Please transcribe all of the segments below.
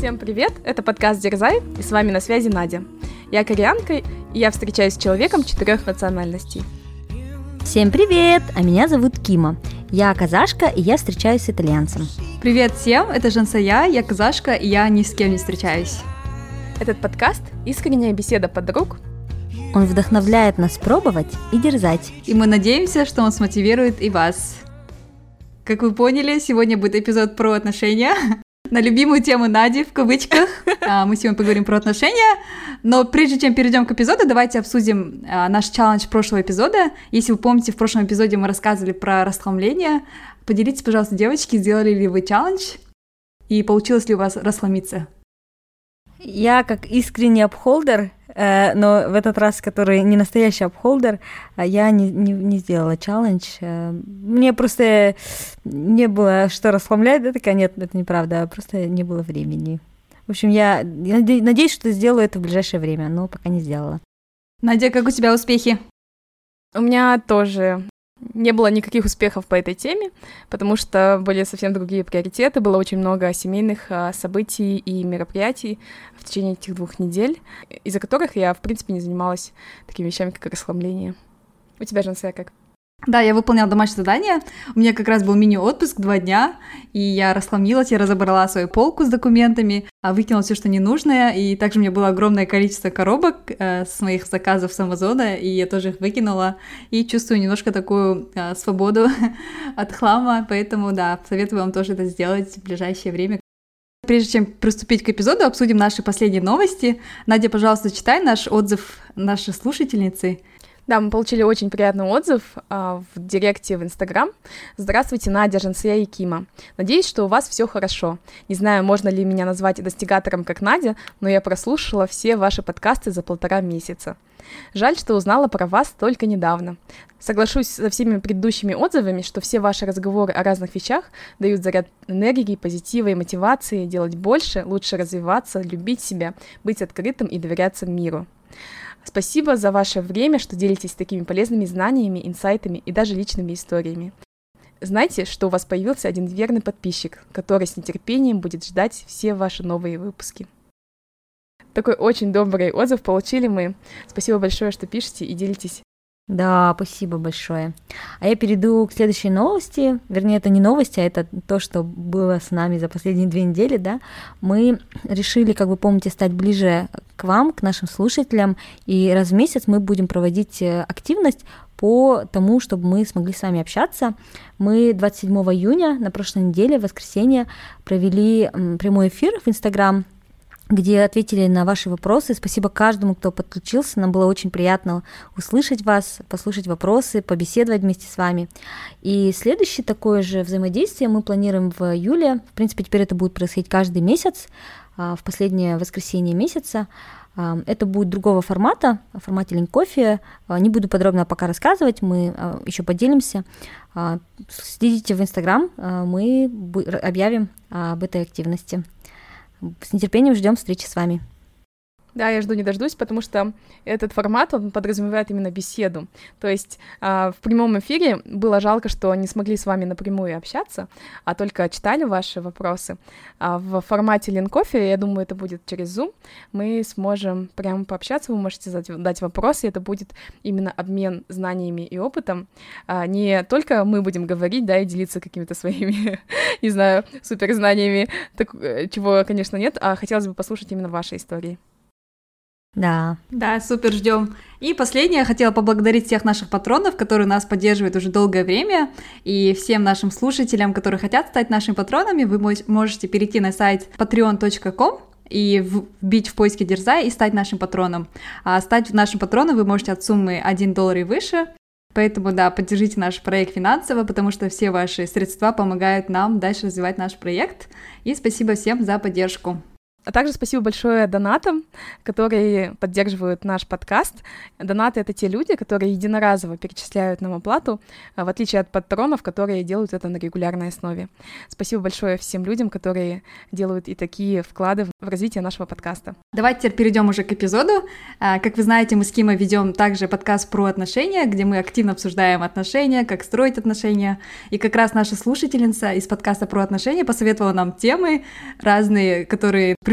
Всем привет, это подкаст «Дерзай», и с вами на связи Надя. Я кореянка, и я встречаюсь с человеком 4 национальностей. Всем привет, а меня зовут Кима. Я казашка, и я встречаюсь с итальянцем. Привет всем, это Жансая, я казашка, и я ни с кем не встречаюсь. Этот подкаст – искренняя беседа подруг. Он вдохновляет нас пробовать и дерзать. И мы надеемся, что он смотивирует и вас. Как вы поняли, сегодня будет эпизод про отношения. На любимую тему Нади, в кавычках. Мы сегодня поговорим про отношения. Но прежде чем перейдем к эпизоду, давайте обсудим наш челлендж прошлого эпизода. Если вы помните, в прошлом эпизоде мы рассказывали про расхламление. Поделитесь, пожалуйста, девочки, сделали ли вы челлендж? И получилось ли у вас расхламиться? Я как искренний апхолдер, но в этот раз, который не настоящий апхолдер, я не сделала челлендж. Мне просто не было что расхламлять, да, такая, нет, это неправда, просто не было времени. В общем, я надеюсь, что сделаю это в ближайшее время, но пока не сделала. Надя, как у тебя успехи? У меня тоже не было никаких успехов по этой теме, потому что были совсем другие приоритеты, было очень много семейных событий и мероприятий в течение этих 2 недель, из-за которых я, в принципе, не занималась такими вещами, как расхламление. У тебя, Жансая, как? Да, я выполняла домашнее задание, у меня как раз был мини-отпуск 2 дня, и я расхламилась, я разобрала свою полку с документами, выкинула все, что ненужное, и также у меня было огромное количество коробок с моих заказов с Амазона, и я тоже их выкинула, и чувствую немножко такую свободу от хлама, поэтому, да, советую вам тоже это сделать в ближайшее время. Прежде чем приступить к эпизоду, обсудим наши последние новости. Надя, пожалуйста, читай наш отзыв нашей слушательницы. Да, мы получили очень приятный отзыв в директе в Инстаграм. Здравствуйте, Надя, Жансая и Кима. Надеюсь, что у вас все хорошо. Не знаю, можно ли меня назвать достигатором, как Надя, но я прослушала все ваши подкасты за 1,5 месяца. Жаль, что узнала про вас только недавно. Соглашусь со всеми предыдущими отзывами, что все ваши разговоры о разных вещах дают заряд энергии, позитива и мотивации делать больше, лучше развиваться, любить себя, быть открытым и доверяться миру. Спасибо за ваше время, что делитесь такими полезными знаниями, инсайтами и даже личными историями. Знайте, что у вас появился один верный подписчик, который с нетерпением будет ждать все ваши новые выпуски. Такой очень добрый отзыв получили мы. Спасибо большое, что пишете и делитесь. Да, спасибо большое. А я перейду к следующей новости. Вернее, это не новости, а это то, что было с нами за последние 2 недели, да. Мы решили, как вы помните, стать ближе к вам, к нашим слушателям, и раз в месяц мы будем проводить активность по тому, чтобы мы смогли с вами общаться. Мы 27 июня, на прошлой неделе, в воскресенье, провели прямой эфир в Инстаграм, где ответили на ваши вопросы. Спасибо каждому, кто подключился. Нам было очень приятно услышать вас, послушать вопросы, побеседовать вместе с вами. И следующее такое же взаимодействие мы планируем в июле. В принципе, теперь это будет происходить каждый месяц, в последнее воскресенье месяца. Это будет другого формата, в формате линк-кофе. Не буду подробно пока рассказывать, мы еще поделимся. Следите в Инстаграм, мы объявим об этой активности. С нетерпением ждем встречи с вами. Да, я жду не дождусь, потому что этот формат, он подразумевает именно беседу. То есть в прямом эфире было жалко, что не смогли с вами напрямую общаться, а только читали ваши вопросы. А в формате линк-кофе, я думаю, это будет через Zoom, мы сможем прямо пообщаться, вы можете задать вопросы, это будет именно обмен знаниями и опытом. Не только мы будем говорить, да, и делиться какими-то своими, не знаю, суперзнаниями, чего, конечно, нет, а хотелось бы послушать именно ваши истории. Да. Да, супер, ждем. И последнее, я хотела поблагодарить всех наших патронов, которые нас поддерживают уже долгое время, и всем нашим слушателям, которые хотят стать нашими патронами, вы можете перейти на сайт patreon.com и вбить в поиске «Дерзай» и стать нашим патроном. А стать нашим патроном вы можете от суммы $1 и выше, поэтому, да, поддержите наш проект финансово, потому что все ваши средства помогают нам дальше развивать наш проект, и спасибо всем за поддержку. А также спасибо большое донатам, которые поддерживают наш подкаст. Донаты — это те люди, которые единоразово перечисляют нам оплату, в отличие от патронов, которые делают это на регулярной основе. Спасибо большое всем людям, которые делают и такие вклады в развитие нашего подкаста. Давайте теперь перейдем уже к эпизоду. Как вы знаете, мы с Кимой ведем также подкаст про отношения, где мы активно обсуждаем отношения, как строить отношения. И как раз наша слушательница из подкаста про отношения посоветовала нам темы разные, которые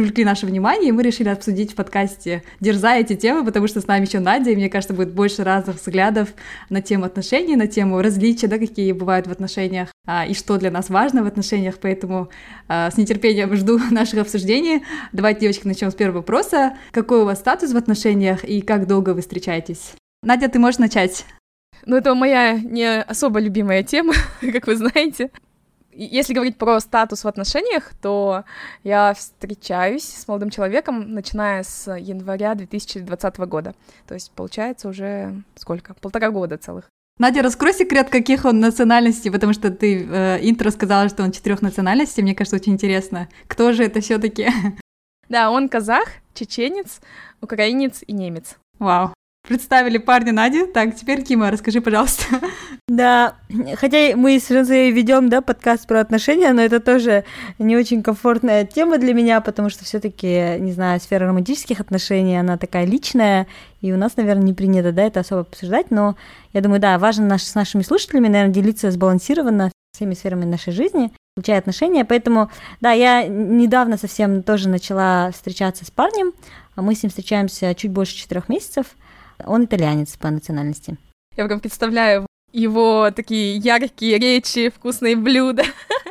привлекли наше внимание, и мы решили обсудить в подкасте «Дерзай» эти темы, потому что с нами еще Надя, и мне кажется, будет больше разных взглядов на тему отношений, на тему различия, да, какие бывают в отношениях, и что для нас важно в отношениях, поэтому с нетерпением жду наших обсуждений. Давайте, девочки, начнем с первого вопроса. Какой у вас статус в отношениях и как долго вы встречаетесь? Надя, ты можешь начать. Ну, это моя не особо любимая тема, как вы знаете. Если говорить про статус в отношениях, то я встречаюсь с молодым человеком, начиная с января 2020 года. То есть, получается, уже сколько? 1,5 года целых. Надя, раскрой секрет, каких он национальностей, потому что ты интро сказала, что он 4 национальностей. Мне кажется, очень интересно. Кто же это все-таки? Да, он казах, чеченец, украинец и немец. Вау. Представили парня Нади. Так, теперь, Кима, расскажи, пожалуйста. Да, хотя мы с Жензой ведем, да, подкаст про отношения, но это тоже не очень комфортная тема для меня, потому что все-таки, не знаю, сфера романтических отношений, она такая личная, и у нас, наверное, не принято, да, это особо обсуждать, но я думаю, да, важно с нашими слушателями, наверное, делиться сбалансированно всеми сферами нашей жизни, включая отношения, поэтому, да, я недавно совсем тоже начала встречаться с парнем, мы с ним встречаемся чуть больше 4 месяцев. Он итальянец по национальности. Я прям представляю его такие яркие речи, вкусные блюда.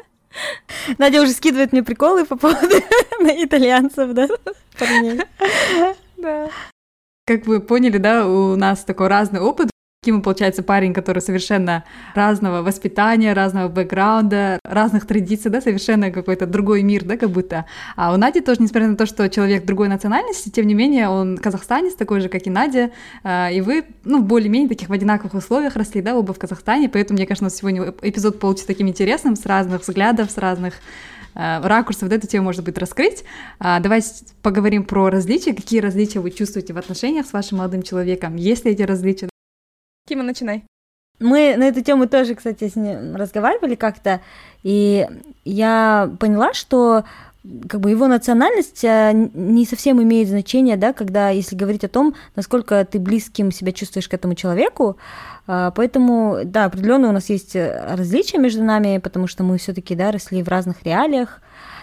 Надя уже скидывает мне приколы по поводу итальянцев, да, парней. Да. Как вы поняли, да, у нас такой разный опыт. Кима, получается, парень, который совершенно разного воспитания, разного бэкграунда, разных традиций, да, совершенно какой-то другой мир, да, как будто. А у Нади тоже, несмотря на то, что человек другой национальности, тем не менее, он казахстанец, такой же, как и Надя, и вы, ну, более-менее таких в одинаковых условиях росли, да, оба в Казахстане, поэтому, мне кажется, у нас сегодня эпизод получится таким интересным, с разных взглядов, с разных ракурсов, вот эту тему, может быть, раскрыть. Давайте поговорим про различия, какие различия вы чувствуете в отношениях с вашим молодым человеком, есть ли эти различия? Кима, начинай. Мы на эту тему тоже, кстати, с ним разговаривали как-то, и я поняла, что как бы его национальность не совсем имеет значение, да, когда, если говорить о том, насколько ты близким себя чувствуешь к этому человеку, поэтому, да, определенно у нас есть различия между нами, потому что мы все-таки, да, росли в разных реалиях.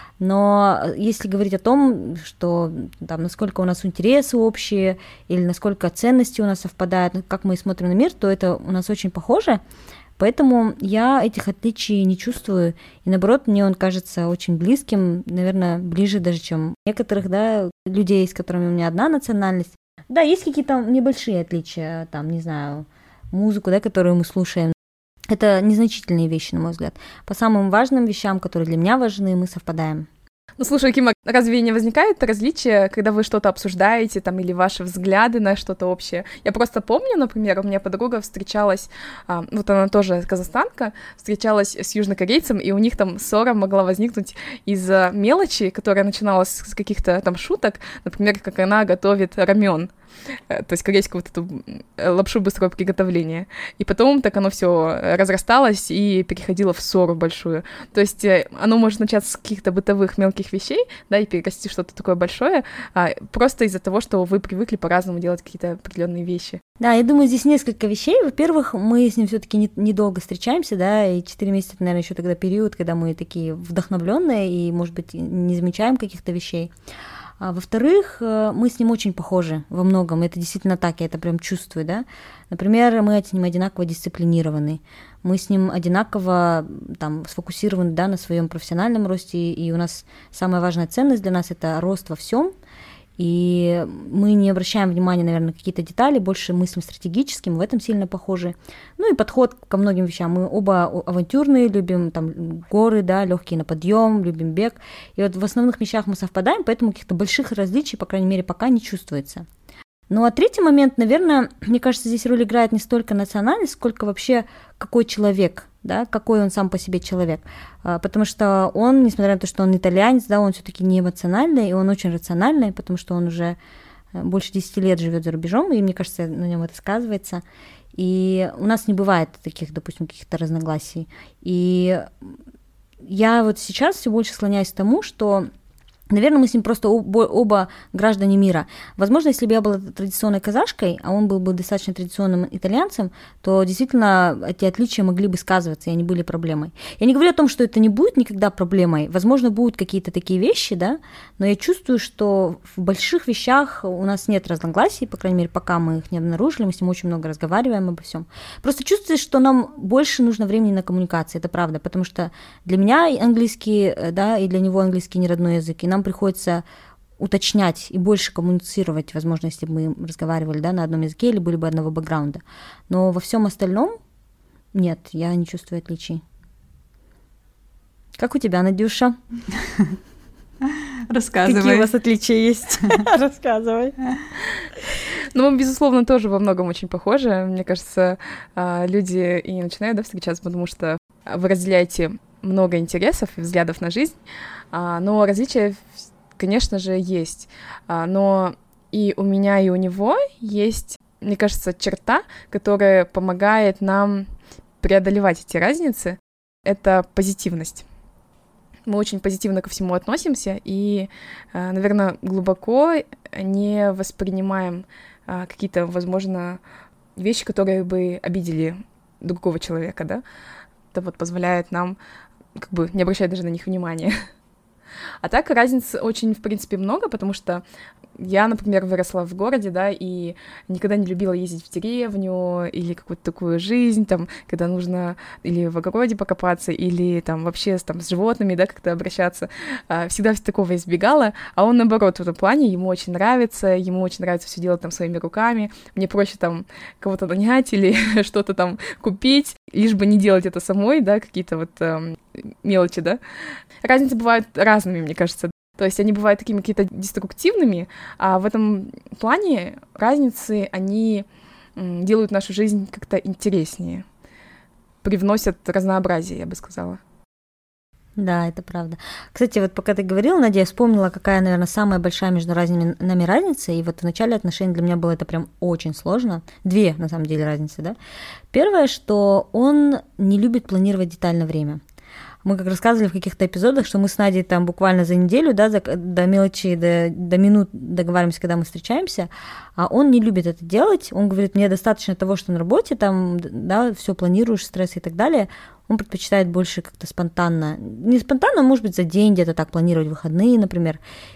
Но если говорить о том, что там, насколько у нас интересы общие или насколько ценности у нас совпадают, как мы смотрим на мир, то это у нас очень похоже. Поэтому я этих отличий не чувствую. И наоборот, мне он кажется очень близким, наверное, ближе даже, чем некоторых, да, людей, с которыми у меня одна национальность. Да, есть какие-то небольшие отличия, там, не знаю, музыку, да, которую мы слушаем. Это незначительные вещи, на мой взгляд. По самым важным вещам, которые для меня важны, мы совпадаем. Ну, слушай, Кима, разве не возникает различия, когда вы что-то обсуждаете, там, или ваши взгляды на что-то общее? Я просто помню, например, у меня подруга встречалась, вот она тоже казахстанка, встречалась с южнокорейцем, и у них там ссора могла возникнуть из-за мелочи, которая начиналась с каких-то там шуток, например, как она готовит рамён. То есть корейскую вот эту лапшу быстрого приготовления. И потом так оно все разрасталось и переходило в ссору большую. То есть оно может начаться с каких-то бытовых мелких вещей, да, и перерасти в что-то такое большое, просто из-за того, что вы привыкли по-разному делать какие-то определенные вещи. Да, я думаю, здесь несколько вещей. Во-первых, мы с ним все-таки недолго встречаемся, да, и 4 месяца, наверное, еще тогда период, когда мы такие вдохновленные и, может быть, не замечаем каких-то вещей. А во-вторых, мы с ним очень похожи во многом, это действительно так, я это прям чувствую, да. Например, мы с ним одинаково дисциплинированы, мы с ним одинаково там сфокусированы, да, на своем профессиональном росте, и у нас самая важная ценность для нас – это рост во всем. И мы не обращаем внимания, наверное, на какие-то детали, больше мыслим стратегически, мы в этом сильно похожи. Ну и подход ко многим вещам. Мы оба авантюрные, любим там горы, да, легкие на подъем, любим бег. И вот в основных вещах мы совпадаем, поэтому каких-то больших различий, по крайней мере, пока не чувствуется. Ну а третий момент, наверное, мне кажется, здесь роль играет не столько национальность, сколько вообще какой человек, да, какой он сам по себе человек. Потому что он, несмотря на то, что он итальянец, да, он все-таки не эмоциональный, и он очень рациональный, потому что он уже больше 10 лет живет за рубежом, и мне кажется, на нем это сказывается. И у нас не бывает таких, допустим, каких-то разногласий. И я вот сейчас все больше склоняюсь к тому, что Наверное, мы с ним просто оба граждане мира. Возможно, если бы я была традиционной казашкой, а он был бы достаточно традиционным итальянцем, то действительно эти отличия могли бы сказываться, и они были проблемой. Я не говорю о том, что это не будет никогда проблемой. Возможно, будут какие-то такие вещи, да, но я чувствую, что в больших вещах у нас нет разногласий, по крайней мере, пока мы их не обнаружили, мы с ним очень много разговариваем обо всем. Просто чувствуется, что нам больше нужно времени на коммуникации, это правда, потому что для меня английский, да, и для него английский не родной язык, и нам приходится уточнять и больше коммуницировать, возможно, если бы мы разговаривали, да, на одном языке или были бы одного бэкграунда. Но во всем остальном нет, я не чувствую отличий. Как у тебя, Надюша? Рассказывай. Какие у вас отличия есть? Рассказывай. Ну, мы, безусловно, тоже во многом очень похожи. Мне кажется, люди и начинают, да, встречаться, потому что вы разделяете много интересов и взглядов на жизнь, но различия, конечно же, есть. Но и у меня, и у него есть, мне кажется, черта, которая помогает нам преодолевать эти разницы. Это позитивность. Мы очень позитивно ко всему относимся и, наверное, глубоко не воспринимаем какие-то, возможно, вещи, которые бы обидели другого человека, да. Это вот позволяет нам как бы не обращать даже на них внимания. А так разниц очень, в принципе, много, потому что я, например, выросла в городе, да, и никогда не любила ездить в деревню или какую-то такую жизнь, там, когда нужно или в огороде покопаться, или там вообще там, с животными, да, как-то обращаться. Всегда такого избегала, а он, наоборот, в этом плане, ему очень нравится все делать там своими руками, мне проще там кого-то нанять или что-то там купить, лишь бы не делать это самой, да, какие-то вот мелочи, да. Разницы бывают разными, мне кажется. То есть они бывают такими какие-то деструктивными, а в этом плане разницы, они делают нашу жизнь как-то интереснее, привносят разнообразие, я бы сказала. Да, это правда. Кстати, вот пока ты говорила, Надя, я вспомнила, какая, наверное, самая большая между нами разница, и вот в начале отношений для меня было это прям очень сложно. Две, на самом деле, разницы, да. Первое, что он не любит планировать детально время. Мы как рассказывали в каких-то эпизодах, что мы с Надей там буквально за неделю, да, до мелочи, до минут договариваемся, когда мы встречаемся, а он не любит это делать. Он говорит, мне достаточно того, что на работе там, да, все планируешь, стресс и так далее. Он предпочитает больше как-то спонтанно. Не спонтанно, может быть, за день где-то так планировать выходные, например.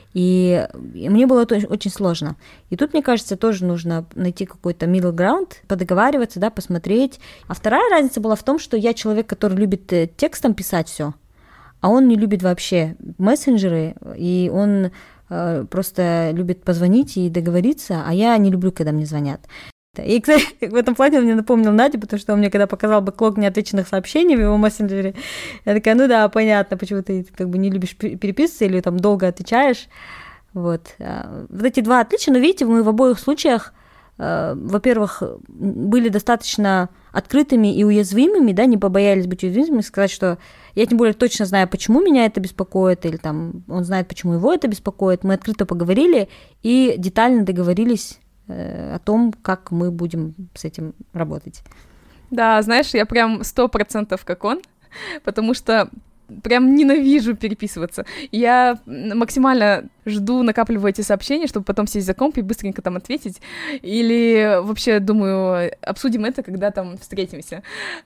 И мне было это очень сложно. И тут, мне кажется, тоже нужно найти какой-то middle ground, подоговариваться, да, посмотреть. А вторая разница была в том, что я человек, который любит текстом писать все, а он не любит вообще мессенджеры, и он просто любит позвонить и договориться, а я не люблю, когда мне звонят. И, кстати, в этом плане он мне напомнил Надю, потому что он мне когда показал бэклог неотвеченных сообщений в его мессенджере, я такая, ну да, понятно, почему ты как бы не любишь переписываться или там долго отвечаешь. Вот. Вот эти два отличия, но видите, мы в обоих случаях, во-первых, были достаточно открытыми и уязвимыми, да, не побоялись быть уязвимыми, сказать, что я тем более точно знаю, почему меня это беспокоит, или там он знает, почему его это беспокоит. Мы открыто поговорили и детально договорились о том, как мы будем с этим работать. Да, знаешь, я прям 100% как он, потому что прям ненавижу переписываться. Я максимально жду, накапливаю эти сообщения, чтобы потом сесть за комп и быстренько там ответить. Или вообще думаю, обсудим это, когда там встретимся.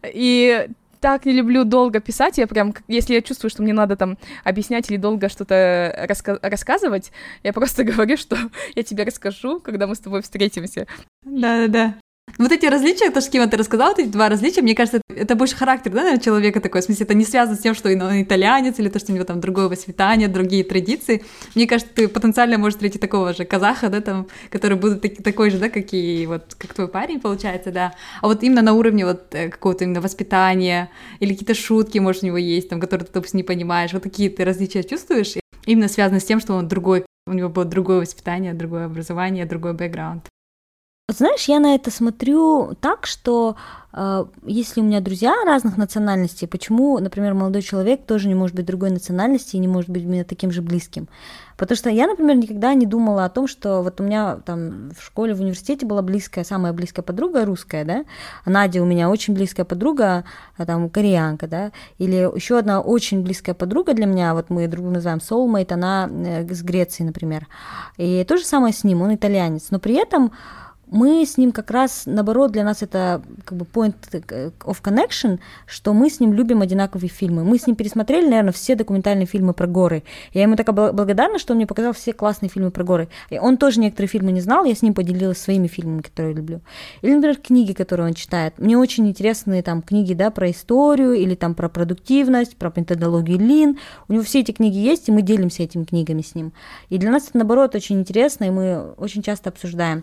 И так не люблю долго писать, я прям, если я чувствую, что мне надо там объяснять или долго что-то рассказывать, я просто говорю, что я тебе расскажу, когда мы с тобой встретимся. Да-да-да. Вот эти различия, то, что Кима, ты рассказала, вот эти два различия, мне кажется, это больше характер, да, наверное, человека такой, в смысле, это не связано с тем, что он итальянец, или то, что у него там другое воспитание, другие традиции. Мне кажется, ты потенциально можешь встретить такого же казаха, да, там, который будет такой же, да, как твой парень, получается, да. А вот именно на уровне вот какого-то именно воспитания, или какие-то шутки, может, у него есть, там, которые ты, допустим, не понимаешь, вот такие ты различия чувствуешь, именно связаны с тем, что он другой, у него было другое воспитание, другое образование, другой бэкграунд. Знаешь, я на это смотрю так, что если у меня друзья разных национальностей, почему, например, молодой человек тоже не может быть другой национальности и не может быть мне таким же близким? Потому что я, например, никогда не думала о том, что вот у меня там в школе, в университете была самая близкая подруга русская, да, а Надя у меня очень близкая подруга, там, кореянка, да, или еще одна очень близкая подруга для меня, вот мы друг друга называем soulmate, она с Греции, например, и то же самое с ним, он итальянец, но при этом мы с ним как раз, наоборот, для нас это как бы point of connection, что мы с ним любим одинаковые фильмы. Мы с ним пересмотрели, наверное, все документальные фильмы про горы. Я ему такая благодарна, что он мне показал все классные фильмы про горы. И он тоже некоторые фильмы не знал, я с ним поделилась своими фильмами, которые я люблю. Или, например, книги, которые он читает. Мне очень интересны там книги, да, про историю или там про продуктивность, про методологию Lean. У него все эти книги есть, и мы делимся этими книгами с ним. И для нас это, наоборот, очень интересно, и мы очень часто обсуждаем.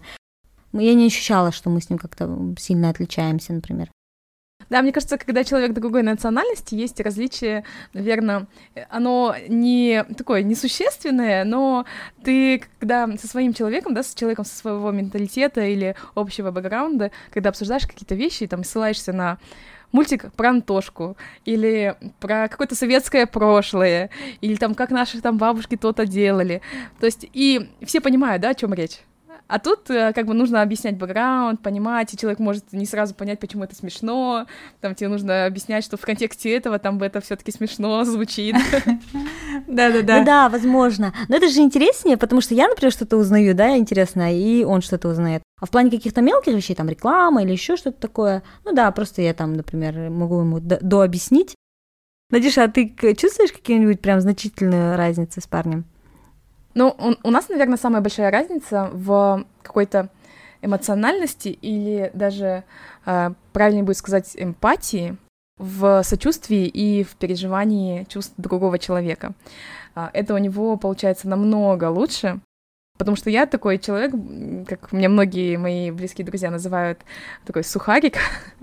Я не ощущала, что мы с ним как-то сильно отличаемся, например. Да, мне кажется, когда человек другой национальности, есть различие, наверное, оно не такое несущественное, но ты, когда со своим человеком, да, с человеком со своего менталитета или общего бэкграунда, когда обсуждаешь какие-то вещи, там, ссылаешься на мультик про Антошку, или про какое-то советское прошлое, или там, как наши там бабушки то-то делали, то есть, и все понимают, да, о чем речь. А тут как бы нужно объяснять бэкграунд, понимать, и человек может не сразу понять, почему это смешно, там тебе нужно объяснять, что в контексте этого там это все-таки смешно звучит. Да-да-да. Да, возможно. Но это же интереснее, потому что я, например, что-то узнаю, да, интересно, и он что-то узнает. А в плане каких-то мелких вещей, там реклама или еще что-то такое, ну да, просто я там, например, могу ему дообъяснить. Надюша, а ты чувствуешь какие-нибудь прям значительные разницы с парнем? Ну, у нас, наверное, самая большая разница в какой-то эмоциональности или даже, правильнее будет сказать, эмпатии, в сочувствии и в переживании чувств другого человека. Это у него получается намного лучше, потому что я такой человек, как меня многие мои близкие друзья называют, такой сухарик,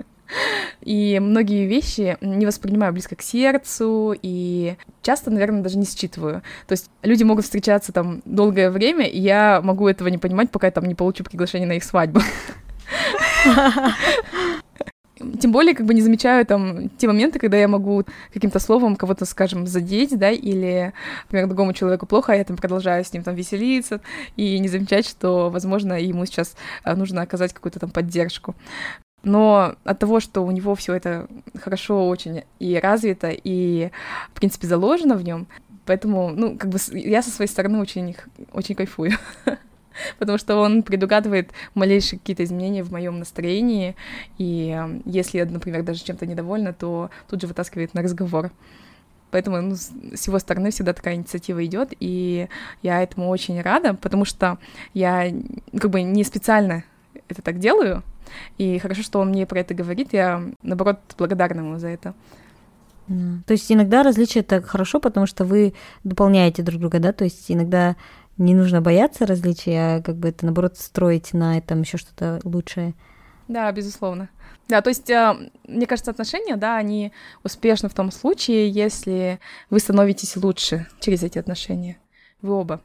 и многие вещи не воспринимаю близко к сердцу, и часто, наверное, даже не считываю. То есть люди могут встречаться там долгое время, и я могу этого не понимать, пока я там не получу приглашение на их свадьбу. Тем более, как бы не замечаю там те моменты, когда я могу каким-то словом кого-то, скажем, задеть, да, или, например, другому человеку плохо, а я там продолжаю с ним там веселиться и не замечать, что, возможно, ему сейчас нужно оказать какую-то там поддержку. Но от того, что у него все это хорошо очень и развито, и, в принципе, заложено в нем, поэтому, ну, как бы я со своей стороны очень, очень кайфую, потому что он предугадывает малейшие какие-то изменения в моем настроении, и если я, например, даже чем-то недовольна, то тут же вытаскивает на разговор. Поэтому ну, с его стороны всегда такая инициатива идет, и я этому очень рада, потому что я как бы не специально это так делаю, и хорошо, что он мне про это говорит, я, наоборот, благодарна ему за это. То есть иногда различия это хорошо, потому что вы дополняете друг друга, да, то есть иногда не нужно бояться различий, а как бы это, наоборот, строить на этом еще что-то лучшее. Да, безусловно. Да, то есть, мне кажется, отношения, да, они успешны в том случае, если вы становитесь лучше через эти отношения. Вы оба.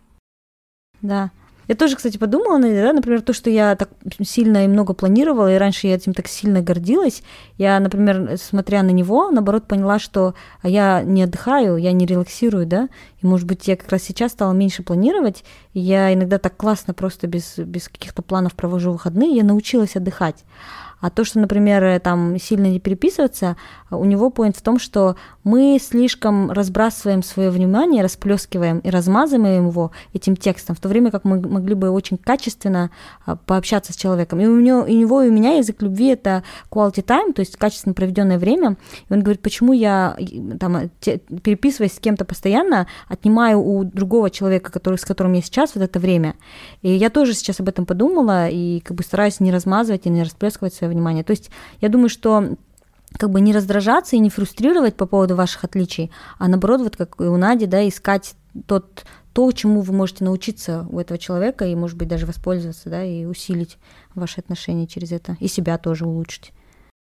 Да. Я тоже, кстати, подумала, да, например, то, что я так сильно и много планировала, и раньше я этим так сильно гордилась. Я, например, смотря на него, наоборот, поняла, что я не отдыхаю, я не релаксирую, да, и, может быть, я как раз сейчас стала меньше планировать, и я иногда так классно просто без каких-то планов провожу выходные, я научилась отдыхать. А то, что, например, там сильно не переписываться, у него поинт в том, что мы слишком разбрасываем свое внимание, расплескиваем и размазываем его этим текстом, в то время как мы могли бы очень качественно пообщаться с человеком. И у него, и у меня язык любви — это quality time, то есть качественно проведенное время. И он говорит, почему я, там, переписываясь с кем-то постоянно, отнимаю у другого человека, с которым я сейчас, вот это время. И я тоже сейчас об этом подумала и как бы стараюсь не размазывать и не расплескивать свое внимание. То есть я думаю, что как бы не раздражаться и не фрустрировать по поводу ваших отличий, а наоборот, вот как и у Нади, да, искать то, чему вы можете научиться у этого человека и, может быть, даже воспользоваться, да, и усилить ваши отношения через это, и себя тоже улучшить.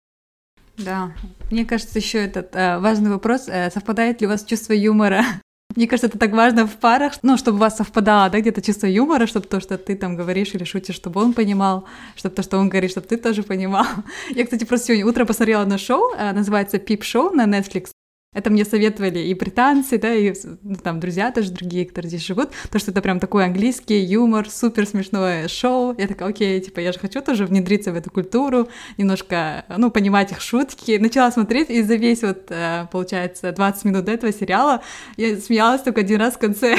Да, мне кажется, еще этот важный вопрос, совпадает ли у вас чувство юмора? Мне кажется, это так важно в парах, ну, чтобы у вас совпадало, да, где-то чувство юмора, чтобы то, что ты там говоришь или шутишь, чтобы он понимал, чтобы то, что он говорит, чтобы ты тоже понимал. Я, кстати, просто сегодня утром посмотрела на шоу, называется «Пип-шоу» на Netflix. Это мне советовали и британцы, да, и там друзья тоже другие, которые здесь живут, то, что это прям такой английский юмор, супер смешное шоу. Я такая, окей, типа, я же хочу тоже внедриться в эту культуру, немножко, ну, понимать их шутки. Начала смотреть, и за весь вот, получается, 20 минут до этого сериала я смеялась только один раз в конце.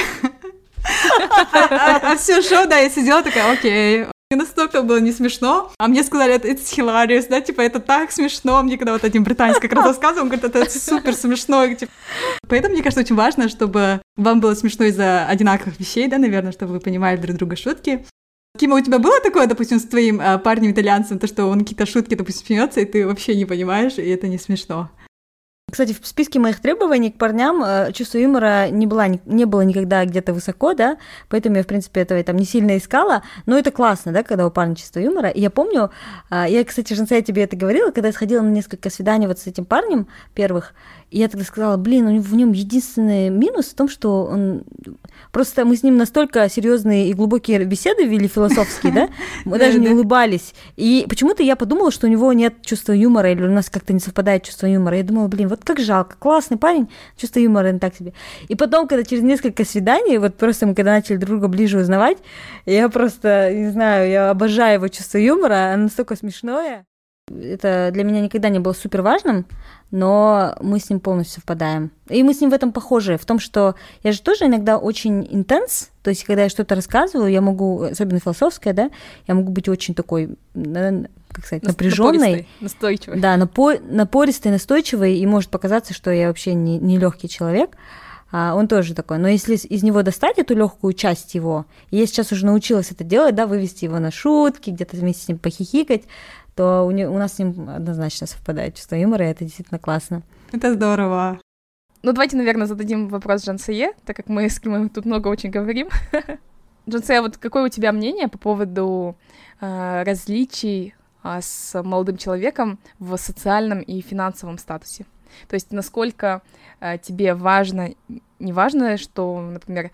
А все шоу, да, я сидела такая, окей. Мне настолько было не смешно, а мне сказали, это it's hilarious, да, типа, это так смешно. Мне когда вот один британец как раз рассказывал, он говорит, это супер смешно. Типа. Поэтому, мне кажется, очень важно, чтобы вам было смешно из-за одинаковых вещей, да, наверное, чтобы вы понимали друг друга шутки. Кима, у тебя было такое, допустим, с твоим парнем-итальянцем, то, что он какие-то шутки, допустим, смеется, и ты вообще не понимаешь, и это не смешно? Кстати, в списке моих требований к парням чувство юмора не было никогда где-то высоко, да, поэтому я, в принципе, этого там не сильно искала, но это классно, да, когда у парня чувство юмора. И я помню, я, кстати, Женсе, тебе это говорила, когда я сходила на несколько свиданий вот с этим парнем первых, и я тогда сказала, блин, в нем единственный минус в том, что он... Просто мы с ним настолько серьезные и глубокие беседы вели философские, да, мы даже не улыбались. И почему-то я подумала, что у него нет чувства юмора, или у нас как-то не совпадает чувство юмора. Я думала, блин, вот как жалко, классный парень, чувство юмора не так себе. И потом, когда через несколько свиданий, вот просто мы когда начали друг друга ближе узнавать, я просто, не знаю, я обожаю его чувство юмора, оно настолько смешное. Это для меня никогда не было супер важным, но мы с ним полностью совпадаем. И мы с ним в этом похожи, в том, что я же тоже иногда очень интенс, то есть когда я что-то рассказываю, я могу, особенно философское, да, я могу быть очень такой, как сказать, напряженной, настойчивой. Да, напористой, настойчивой, и может показаться, что я вообще не легкий человек. Он тоже такой. Но если из него достать эту легкую часть его, и я сейчас уже научилась это делать, да, вывести его на шутки, где-то вместе с ним похихикать, то у нас с ним однозначно совпадает чувство юмора, и это действительно классно. Это здорово. Ну, давайте, наверное, зададим вопрос Жансее, так как мы с Кимой тут много очень говорим. Жансее, вот какое у тебя мнение по поводу различий с молодым человеком в социальном и финансовом статусе? То есть насколько тебе важно, не важно, что, например,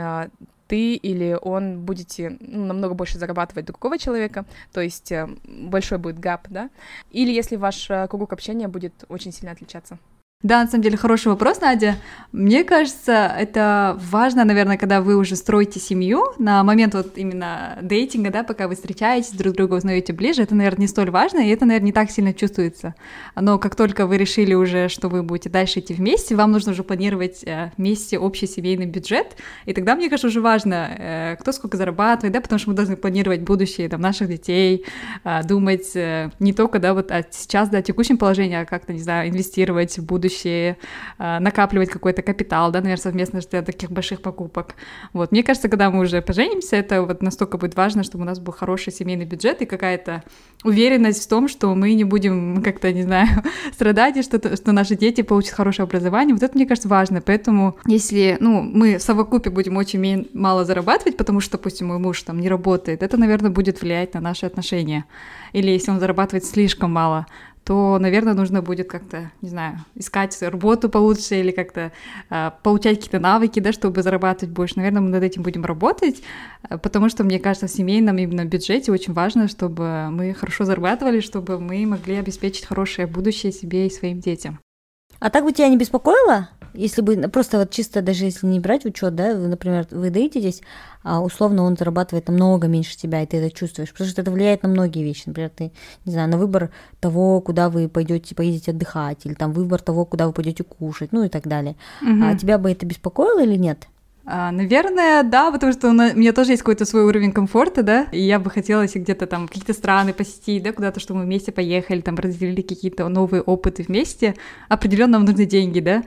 ты или он будете намного больше зарабатывать другого человека, то есть большой будет гэп, да? Или если ваш круг общения будет очень сильно отличаться? Да, на самом деле, хороший вопрос, Надя. Мне кажется, это важно, наверное, когда вы уже строите семью, на момент вот именно дейтинга, да, пока вы встречаетесь, друг друга узнаете ближе, это, наверное, не столь важно, и это, наверное, не так сильно чувствуется. Но как только вы решили уже, что вы будете дальше идти вместе, вам нужно уже планировать вместе общий семейный бюджет, и тогда, мне кажется, уже важно, кто сколько зарабатывает, да, потому что мы должны планировать будущее там, наших детей, думать не только, да, вот сейчас, да, текущем положении, а как-то, не знаю, инвестировать в будущее, накапливать какой-то капитал, да, наверное, совместно для таких больших покупок. Вот, мне кажется, когда мы уже поженимся, это вот настолько будет важно, чтобы у нас был хороший семейный бюджет и какая-то уверенность в том, что мы не будем как-то, не знаю, страдать, и что наши дети получат хорошее образование. Вот это, мне кажется, важно. Поэтому, если, мы в совокупе будем очень мало зарабатывать, потому что, допустим, мой муж там не работает, это, наверное, будет влиять на наши отношения. Или если он зарабатывает слишком мало, то, наверное, нужно будет как-то, не знаю, искать работу получше или как-то получать какие-то навыки, да, чтобы зарабатывать больше. Наверное, мы над этим будем работать, потому что, мне кажется, в семейном именно бюджете очень важно, чтобы мы хорошо зарабатывали, чтобы мы могли обеспечить хорошее будущее себе и своим детям. А так бы тебя не беспокоило, если бы просто вот чисто, даже если не брать учет, да, вы, например, вы дейтесь, а условно он зарабатывает намного меньше тебя, и ты это чувствуешь, потому что это влияет на многие вещи, например, ты, не знаю, на выбор того, куда вы поедете отдыхать, или там выбор того, куда вы пойдете кушать, ну и так далее. А тебя бы это беспокоило или нет? Наверное, да, потому что у меня тоже есть какой-то свой уровень комфорта, да, и я бы хотела, если где-то там какие-то страны посетить, да, куда-то, чтобы мы вместе поехали, там, разделили какие-то новые опыты вместе, определенно нам нужны деньги, да,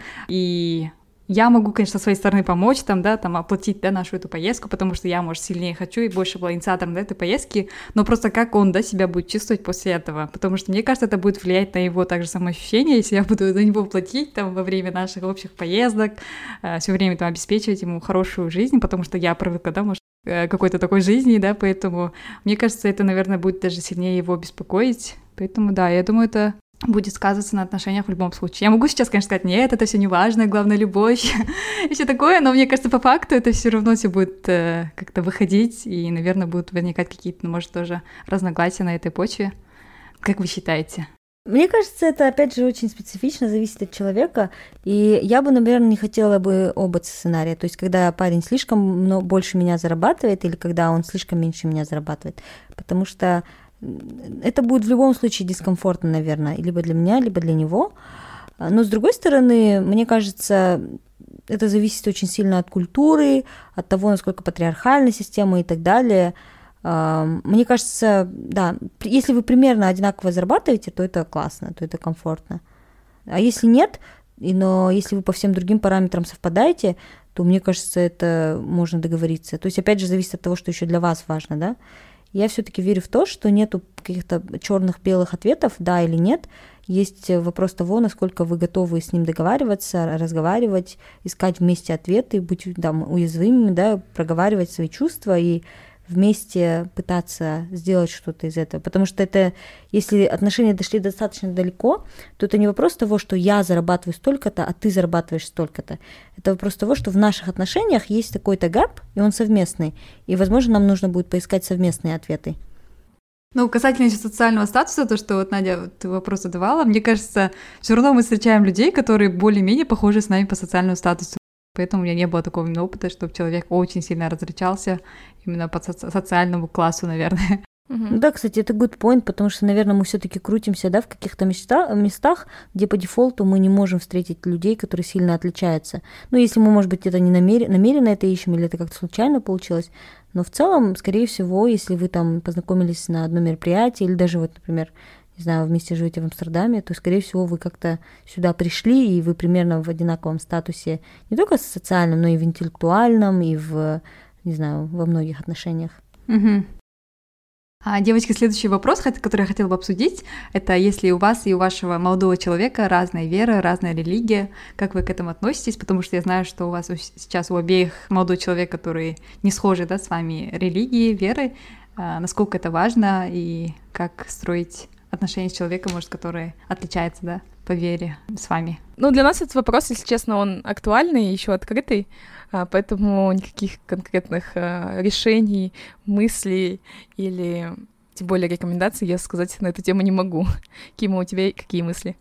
и я могу, конечно, со своей стороны помочь, там, да, там, оплатить, да, нашу эту поездку, потому что я, может, сильнее хочу и больше была инициатором, да, этой поездки, но просто как он, да, себя будет чувствовать после этого, потому что, мне кажется, это будет влиять на его также самоощущение, если я буду за него платить, там, во время наших общих поездок, все время, там, обеспечивать ему хорошую жизнь, потому что я привыкла, да, может, какой-то такой жизни, да, поэтому, мне кажется, это, наверное, будет даже сильнее его беспокоить, поэтому, да, я думаю, это будет сказываться на отношениях в любом случае. Я могу сейчас, конечно, сказать, нет, это все не важно, главное любовь и все такое, но мне кажется, по факту это все равно все будет как-то выходить, и, наверное, будут возникать какие-то, ну, может, тоже разногласия на этой почве. Как вы считаете? Мне кажется, это, опять же, очень специфично, зависит от человека, и я бы, наверное, не хотела бы оба сценария, то есть когда парень слишком больше меня зарабатывает или когда он слишком меньше меня зарабатывает, потому что это будет в любом случае дискомфортно, наверное, либо для меня, либо для него, но, с другой стороны, мне кажется, это зависит очень сильно от культуры, от того, насколько патриархальна система и так далее. Мне кажется, да, если вы примерно одинаково зарабатываете, то это классно, то это комфортно. А если нет, но если вы по всем другим параметрам совпадаете, то, мне кажется, это можно договориться. То есть, опять же, зависит от того, что еще для вас важно, да. Я все-таки верю в то, что нету каких-то черных-белых ответов, да или нет. Есть вопрос того, насколько вы готовы с ним договариваться, разговаривать, искать вместе ответы, быть там уязвимыми, да, проговаривать свои чувства и вместе пытаться сделать что-то из этого. Потому что это, если отношения дошли достаточно далеко, то это не вопрос того, что я зарабатываю столько-то, а ты зарабатываешь столько-то. Это вопрос того, что в наших отношениях есть такой-то гэп, и он совместный. И, возможно, нам нужно будет поискать совместные ответы. Ну, касательно еще социального статуса, то, что вот Надя, ты вопрос задавала, мне кажется, все равно мы встречаем людей, которые более-менее похожи с нами по социальному статусу. Поэтому у меня не было такого именно опыта, чтобы человек очень сильно различался именно по социальному классу, наверное. Ну да, кстати, это good point, потому что, наверное, мы все-таки крутимся, да, в каких-то местах, где по дефолту мы не можем встретить людей, которые сильно отличаются. Ну, если мы, может быть, это не намеренно это ищем, или это как-то случайно получилось, но в целом, скорее всего, если вы там познакомились на одном мероприятии, или даже вот, например, не знаю, вместе живете в Амстердаме, то, скорее всего, вы как-то сюда пришли, и вы примерно в одинаковом статусе не только в социальном, но и в интеллектуальном, и в, не знаю, во многих отношениях. Угу. Девочки, следующий вопрос, который я хотела бы обсудить, это если у вас и у вашего молодого человека разная вера, разная религия, как вы к этому относитесь? Потому что я знаю, что у вас сейчас у обеих молодой человек, который не схожи, да, с вами религии, веры, насколько это важно и как строить отношения с человеком, может, который отличается, да, по вере с вами? Ну, для нас этот вопрос, если честно, он актуальный, еще открытый, поэтому никаких конкретных решений, мыслей или тем более рекомендаций я сказать на эту тему не могу. Кима, у тебя какие мысли?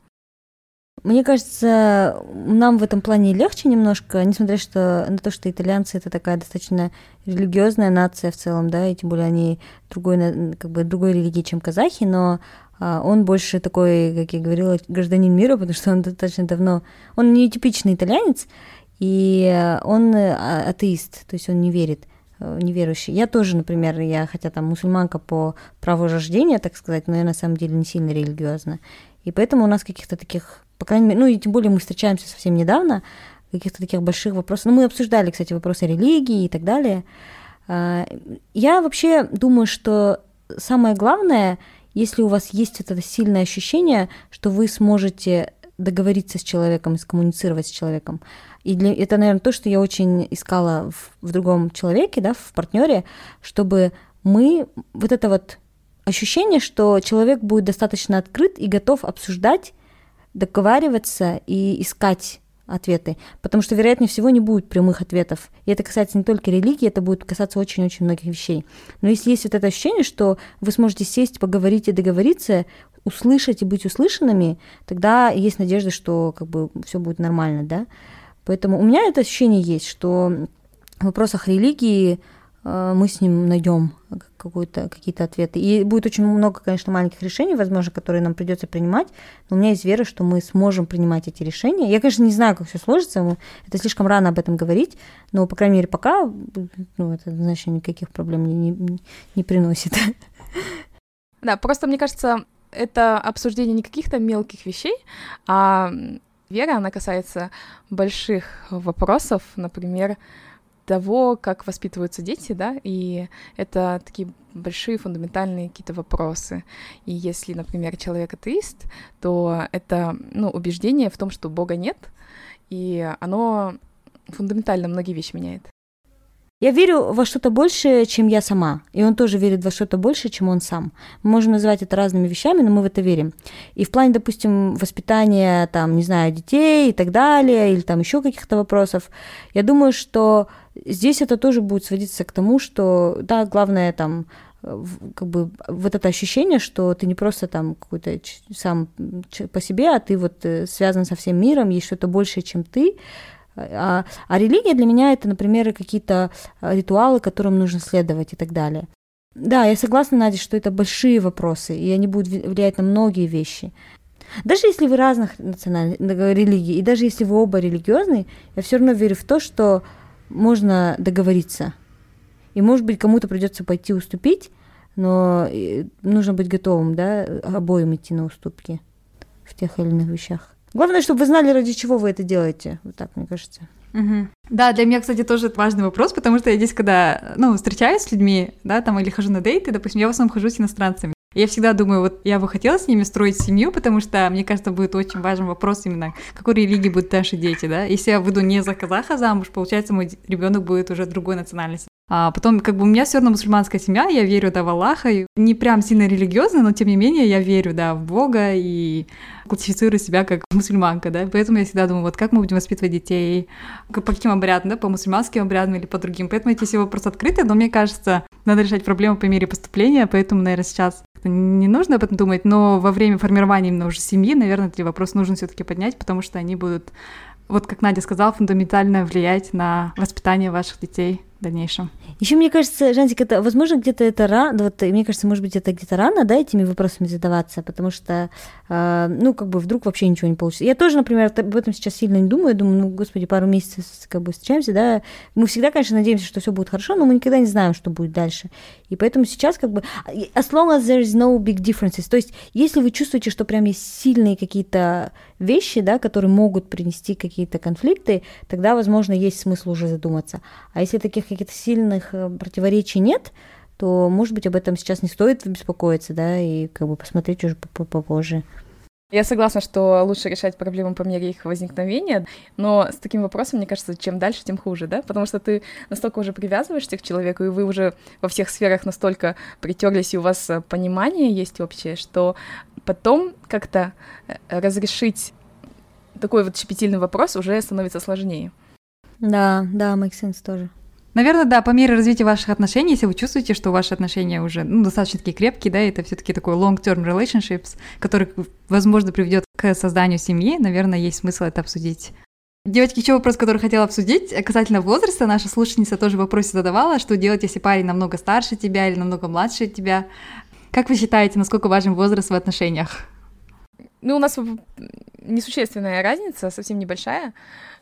Мне кажется, нам в этом плане легче немножко, несмотря на то, что итальянцы — это такая достаточно религиозная нация в целом, да, и тем более они другой религии, чем казахи, но он больше такой, как я говорила, гражданин мира, потому что он достаточно давно... Он не типичный итальянец, и он атеист, то есть он не верит, неверующий. Я тоже, например, хотя там мусульманка по праву рождения, так сказать, но я на самом деле не сильно религиозна. И поэтому у нас каких-то таких, по крайней мере, ну и тем более мы встречаемся совсем недавно, каких-то таких больших вопросов. Ну, мы обсуждали, кстати, вопросы религии и так далее. Я вообще думаю, что самое главное, если у вас есть вот это сильное ощущение, что вы сможете договориться с человеком и скоммуницировать с человеком. И это, наверное, то, что я очень искала в другом человеке, да, в партнере, чтобы мы вот это вот ощущение, что человек будет достаточно открыт и готов обсуждать, договариваться и искать ответы, потому что, вероятнее всего, не будет прямых ответов. И это касается не только религии, это будет касаться очень-очень многих вещей. Но если есть вот это ощущение, что вы сможете сесть, поговорить и договориться, услышать и быть услышанными, тогда есть надежда, что как бы все будет нормально, да. Поэтому у меня это ощущение есть, что в вопросах религии мы с ним найдем какие-то ответы. И будет очень много, конечно, маленьких решений, возможно, которые нам придется принимать, но у меня есть вера, что мы сможем принимать эти решения. Я, конечно, не знаю, как все сложится, это слишком рано об этом говорить, но, по крайней мере, пока, ну, это, значит, никаких проблем не приносит. Да, просто, мне кажется, это обсуждение не каких-то мелких вещей, а вера, она касается больших вопросов, например, того, как воспитываются дети, да, и это такие большие фундаментальные какие-то вопросы. И если, например, человек атеист, то это, ну, убеждение в том, что Бога нет, и оно фундаментально многие вещи меняет. Я верю во что-то большее, чем я сама, и он тоже верит во что-то большее, чем он сам. Мы можем называть это разными вещами, но мы в это верим. И в плане, допустим, воспитания, там, не знаю, детей и так далее, или там еще каких-то вопросов, я думаю, что здесь это тоже будет сводиться к тому, что, да, главное там, как бы вот это ощущение, что ты не просто там какой-то сам по себе, а ты вот связан со всем миром, есть что-то большее, чем ты. А религия для меня это, например, какие-то ритуалы, которым нужно следовать и так далее. Да, я согласна, Надя, что это большие вопросы, и они будут влиять на многие вещи. Даже если вы разных религий, и даже если вы оба религиозные, я все равно верю в то, что можно договориться. И, может быть, кому-то придется пойти уступить, но нужно быть готовым, да, обоим идти на уступки в тех или иных вещах. Главное, чтобы вы знали, ради чего вы это делаете. Вот так, мне кажется. Угу. Да, для меня, кстати, тоже это важный вопрос, потому что я здесь, когда, встречаюсь с людьми, да, там, или хожу на дейты, допустим, я в основном хожу с иностранцами. Я всегда думаю, вот я бы хотела с ними строить семью, потому что, мне кажется, будет очень важный вопрос именно, какой религии будут наши дети, да. Если я выйду не за казаха замуж, получается, мой ребенок будет уже другой национальности. А потом, как бы у меня все равно мусульманская семья, я верю, да, в Аллаха, и не прям сильно религиозно, но тем не менее я верю, да, в Бога и классифицирую себя как мусульманка, да, поэтому я всегда думаю, вот как мы будем воспитывать детей, по каким обрядам, да, по мусульманским обрядам или по другим, поэтому эти все вопросы открыты, но мне кажется, надо решать проблемы по мере поступления, поэтому, наверное, сейчас не нужно об этом думать, но во время формирования именно уже семьи, наверное, эти вопросы нужно все-таки поднять, потому что они будут, вот как Надя сказала, фундаментально влиять на воспитание ваших детей в дальнейшем. Еще мне кажется, Жантик, это, возможно, где-то это рано, вот, мне кажется, может быть, это где-то рано, да, этими вопросами задаваться, потому что, как бы вдруг вообще ничего не получится. Я тоже, например, об этом сейчас сильно не думаю, господи, пару месяцев как бы встречаемся, да, мы всегда, конечно, надеемся, что все будет хорошо, но мы никогда не знаем, что будет дальше. И поэтому сейчас как бы, as long as there is no big differences, то есть если вы чувствуете, что прям есть сильные какие-то вещи, да, которые могут принести какие-то конфликты, тогда, возможно, есть смысл уже задуматься. А если таких каких-то сильных противоречий нет, то, может быть, об этом сейчас не стоит беспокоиться, да, и как бы посмотреть уже попозже. Я согласна, что лучше решать проблемы по мере их возникновения, но с таким вопросом, мне кажется, чем дальше, тем хуже, да, потому что ты настолько уже привязываешься к человеку, и вы уже во всех сферах настолько притерлись, и у вас понимание есть общее, что потом как-то разрешить такой вот щепетильный вопрос уже становится сложнее. Да, make sense тоже. Наверное, да, по мере развития ваших отношений, если вы чувствуете, что ваши отношения уже достаточно такие крепкие, да, это все-таки такой long-term relationships, который, возможно, приведет к созданию семьи, наверное, есть смысл это обсудить. Девочки, еще вопрос, который хотела обсудить, касательно возраста. Наша слушательница тоже в вопросе задавала, что делать, если парень намного старше тебя или намного младше тебя. Как вы считаете, насколько важен возраст в отношениях? У нас несущественная разница, совсем небольшая.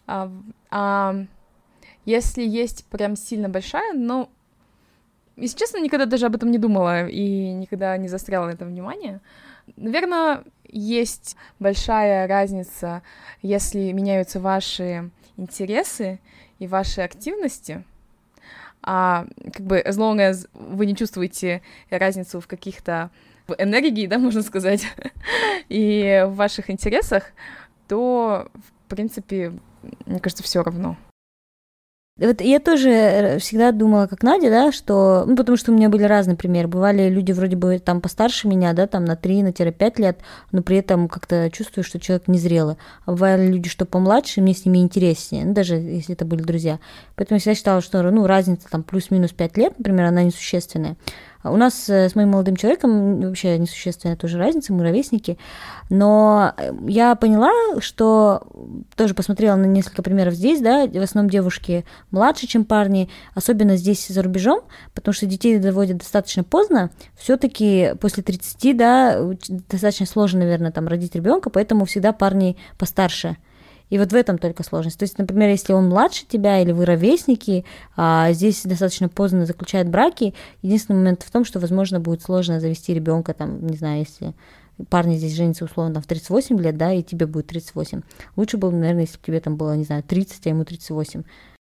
Если есть прям сильно большая, но, если честно, никогда даже об этом не думала и никогда не заостряла на этом внимание. Наверное, есть большая разница, если меняются ваши интересы и ваши активности, как бы as long as вы не чувствуете разницу в каких-то энергии, да, можно сказать, и в ваших интересах, то, в принципе, мне кажется, все равно. Вот я тоже всегда думала, как Надя, да, что, потому что у меня были разные примеры. Бывали люди вроде бы там постарше меня, да, там на 3-5 лет, но при этом как-то чувствую, что человек незрелый. А бывали люди, что помладше, мне с ними интереснее, даже если это были друзья. Поэтому я всегда считала, что, разница там плюс-минус 5 лет, например, она несущественная. У нас с моим молодым человеком вообще несущественная тоже разница, мы ровесники, но я поняла, что тоже посмотрела на несколько примеров здесь, да, в основном девушки младше, чем парни, особенно здесь за рубежом, потому что детей доводят достаточно поздно, все-таки после 30, да, достаточно сложно, наверное, там родить ребенка, поэтому всегда парни постарше. И вот в этом только сложность. То есть, например, если он младше тебя или вы ровесники, а здесь достаточно поздно заключают браки, единственный момент в том, что, возможно, будет сложно завести ребенка, там, не знаю, если парни здесь женятся условно там, в 38 лет, да, и тебе будет 38. Лучше было бы, наверное, если бы тебе там было, не знаю, 30, а ему 38. Да,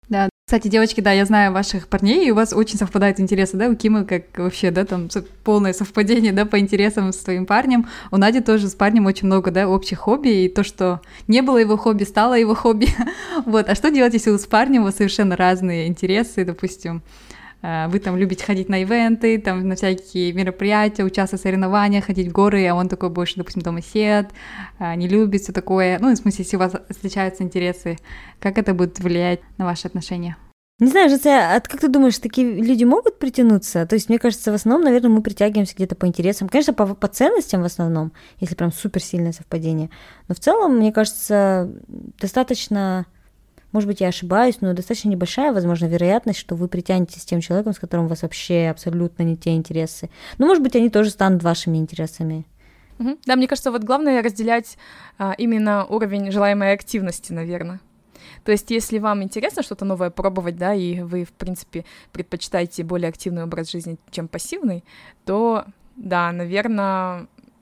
Кстати, девочки, да, я знаю ваших парней, и у вас очень совпадают интересы, да, у Кимы как вообще, да, там полное совпадение, да, по интересам с твоим парнем. У Нади тоже с парнем очень много, да, общих хобби, и то, что не было его хобби, стало его хобби. Вот, а что делать, если с парнем у вас совершенно разные интересы, допустим, вы там любите ходить на ивенты, там на всякие мероприятия, участвовать в соревнованиях, ходить в горы, а он такой больше, допустим, домосед, не любит все такое. Ну, в смысле, если у вас отличаются интересы, как это будет влиять на ваши отношения? Не знаю, Жация, а как ты думаешь, такие люди могут притянуться? То есть, мне кажется, в основном, наверное, мы притягиваемся где-то по интересам. Конечно, по ценностям в основном, если прям суперсильное совпадение. Но в целом, мне кажется, достаточно... Может быть, я ошибаюсь, но достаточно небольшая, возможно, вероятность, что вы притянетесь с тем человеком, с которым у вас вообще абсолютно не те интересы. Ну, может быть, они тоже станут вашими интересами. Да, мне кажется, вот главное разделять именно уровень желаемой активности, наверное. То есть, если вам интересно что-то новое пробовать, да, и вы, в принципе, предпочитаете более активный образ жизни, чем пассивный, то, да, наверное...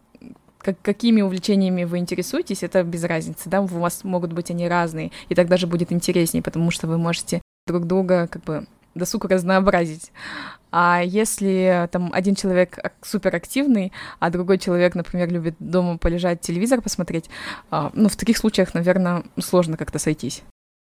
какими увлечениями вы интересуетесь, это без разницы, да, у вас могут быть они разные, и так даже будет интереснее, потому что вы можете друг друга как бы досуг разнообразить. А если там один человек суперактивный, а другой человек, например, любит дома полежать, телевизор посмотреть, ну, в таких случаях, наверное, сложно как-то сойтись.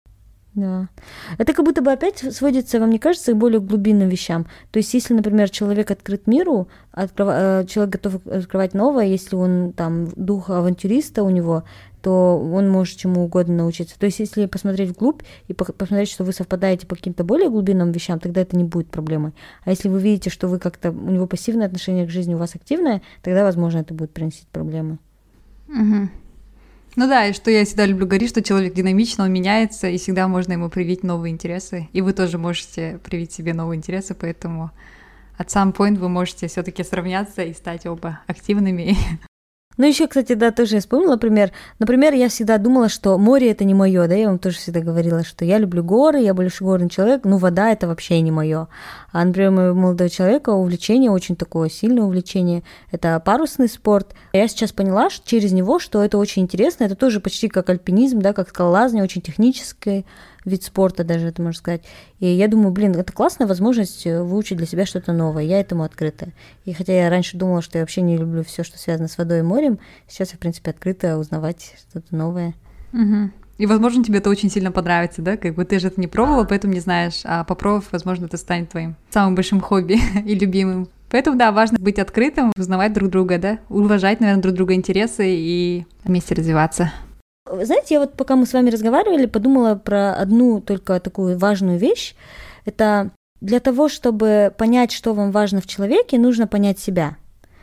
Да. Это как будто бы опять сводится, вам не кажется, к более глубинным вещам. То есть, если, например, человек открыт миру, человек готов открывать новое, если он там дух авантюриста у него, то он может чему угодно научиться. То есть, если посмотреть вглубь и посмотреть, что вы совпадаете по каким-то более глубинным вещам, тогда это не будет проблемой. А если вы видите, что вы как-то, у него пассивное отношение к жизни, у вас активное, тогда, возможно, это будет приносить проблемы. Угу. Ну да, и что я всегда люблю говорить, что человек динамичный, он меняется, и всегда можно ему привить новые интересы. И вы тоже можете привить себе новые интересы, поэтому at some point вы можете все-таки сравняться и стать оба активными. Ну, еще, кстати, да, тоже я вспомнила пример. Например, я всегда думала, что море это не мое, да, я вам тоже всегда говорила, что я люблю горы, я больше горный человек, ну, вода это вообще не мое. А, например, у моего молодого человека увлечение, очень такое сильное увлечение, это парусный спорт. Я сейчас поняла что через него, что это очень интересно, это тоже почти как альпинизм, да, как скалолазание, очень технический вид спорта даже, это можно сказать. И я думаю, блин, это классная возможность выучить для себя что-то новое, я этому открыта. И хотя я раньше думала, что я вообще не люблю все, что связано с водой и морем, сейчас я, в принципе, открыта узнавать что-то новое. Угу. И, возможно, тебе это очень сильно понравится, да? Как бы ты же это не пробовала, поэтому не знаешь, а попробовав, возможно, это станет твоим самым большим хобби и любимым. Поэтому, да, важно быть открытым, узнавать друг друга, да, уважать, наверное, друг друга интересы и вместе развиваться. Знаете, я вот пока мы с вами разговаривали, подумала про одну только такую важную вещь. Это для того, чтобы понять, что вам важно в человеке, нужно понять себя.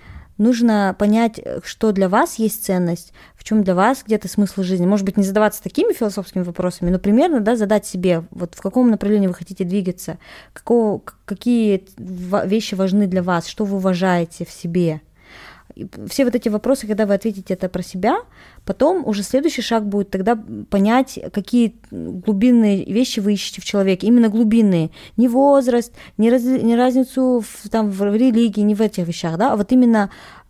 Нужно понять, что для вас есть ценность, в чем для вас где-то смысл жизни. Может быть, не задаваться такими философскими вопросами, но примерно, да, задать себе, вот в каком направлении вы хотите двигаться, какие вещи важны для вас, что вы уважаете в себе. И все вот эти вопросы, когда вы ответите это про себя, потом уже следующий шаг будет тогда понять, какие глубинные вещи вы ищете в человеке, именно глубинные, не возраст, не разницу в религии, не в этих вещах, да, а вот именно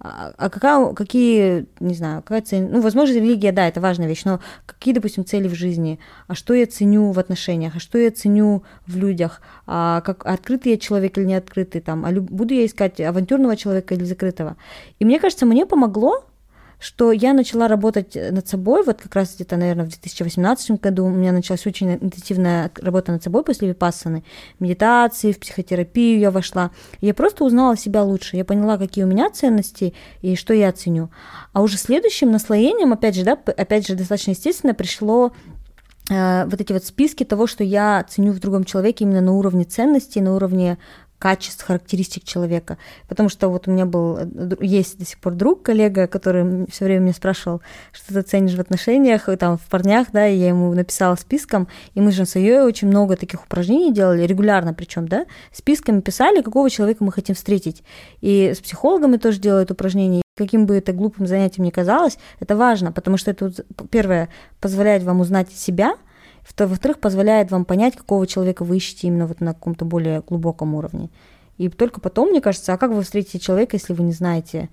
какие, не знаю, какая цель, ну, возможно, религия, да, это важная вещь, но какие, допустим, цели в жизни, а что я ценю в отношениях, а что я ценю в людях, а как открытый я человек или не открытый, там, буду я искать авантюрного человека или закрытого. И мне кажется, мне помогло, что я начала работать над собой, вот как раз где-то, наверное, в 2018 году у меня началась очень интенсивная работа над собой после випассаны, медитации, в психотерапию я вошла. Я просто узнала себя лучше, я поняла, какие у меня ценности и что я ценю. А уже следующим наслоением, опять же, достаточно естественно пришло вот эти вот списки того, что я ценю в другом человеке именно на уровне ценностей, на уровне качеств, характеристик человека. Потому что вот у меня есть до сих пор друг, коллега, который все время меня спрашивал, что ты ценишь в отношениях, там, в парнях, да, и я ему написала списком, и мы с Жансайей очень много таких упражнений делали, регулярно причем, да, списками писали, какого человека мы хотим встретить. И с психологами тоже делают упражнения. Каким бы это глупым занятием ни казалось, это важно, потому что это, первое, позволяет вам узнать себя, во-вторых, позволяет вам понять, какого человека вы ищете именно вот на каком-то более глубоком уровне. И только потом, мне кажется, а как вы встретите человека, если вы не знаете,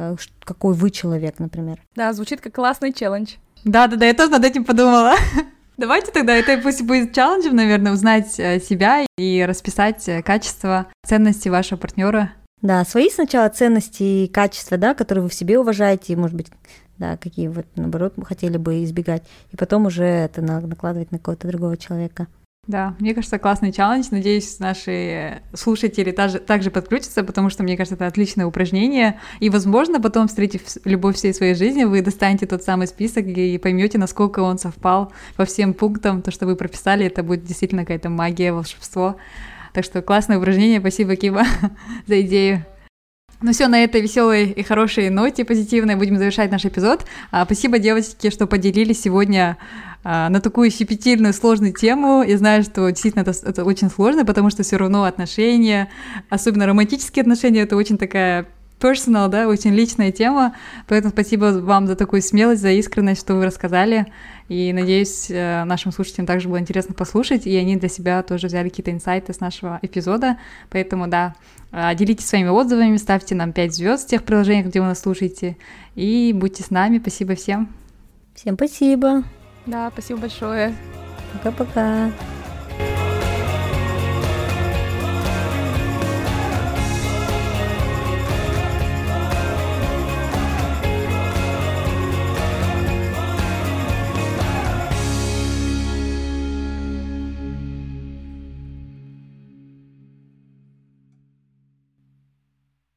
какой вы человек, например? Да, звучит как классный челлендж. Да, я тоже над этим подумала. Давайте тогда, это пусть будет челленджем, наверное, узнать себя и расписать качество, ценности вашего партнера. Да, свои сначала ценности и качества, да, которые вы в себе уважаете, и, может быть, да, какие вот, наоборот, вы хотели бы избегать, и потом уже это накладывать на какого-то другого человека. Да, мне кажется, классный челлендж. Надеюсь, наши слушатели также подключатся, потому что, мне кажется, это отличное упражнение. И, возможно, потом, встретив любовь всей своей жизни, вы достанете тот самый список и поймете, насколько он совпал по всем пунктам. То, что вы прописали, это будет действительно какая-то магия, волшебство. Так что классное упражнение. Спасибо, Кима, за идею. Ну все, на этой веселой и хорошей ноте позитивной будем завершать наш эпизод. Спасибо, девочки, что поделились сегодня на такую щепетильную, сложную тему. Я знаю, что действительно это очень сложно, потому что все равно отношения, особенно романтические отношения, это очень такая personal, да, очень личная тема. Поэтому спасибо вам за такую смелость, за искренность, что вы рассказали. И надеюсь, нашим слушателям также было интересно послушать, и они для себя тоже взяли какие-то инсайты с нашего эпизода. Поэтому, да, делитесь своими отзывами, ставьте нам 5 звезд в тех приложениях, где вы нас слушаете, и будьте с нами. Спасибо всем. Всем спасибо. Да, спасибо большое. Пока-пока.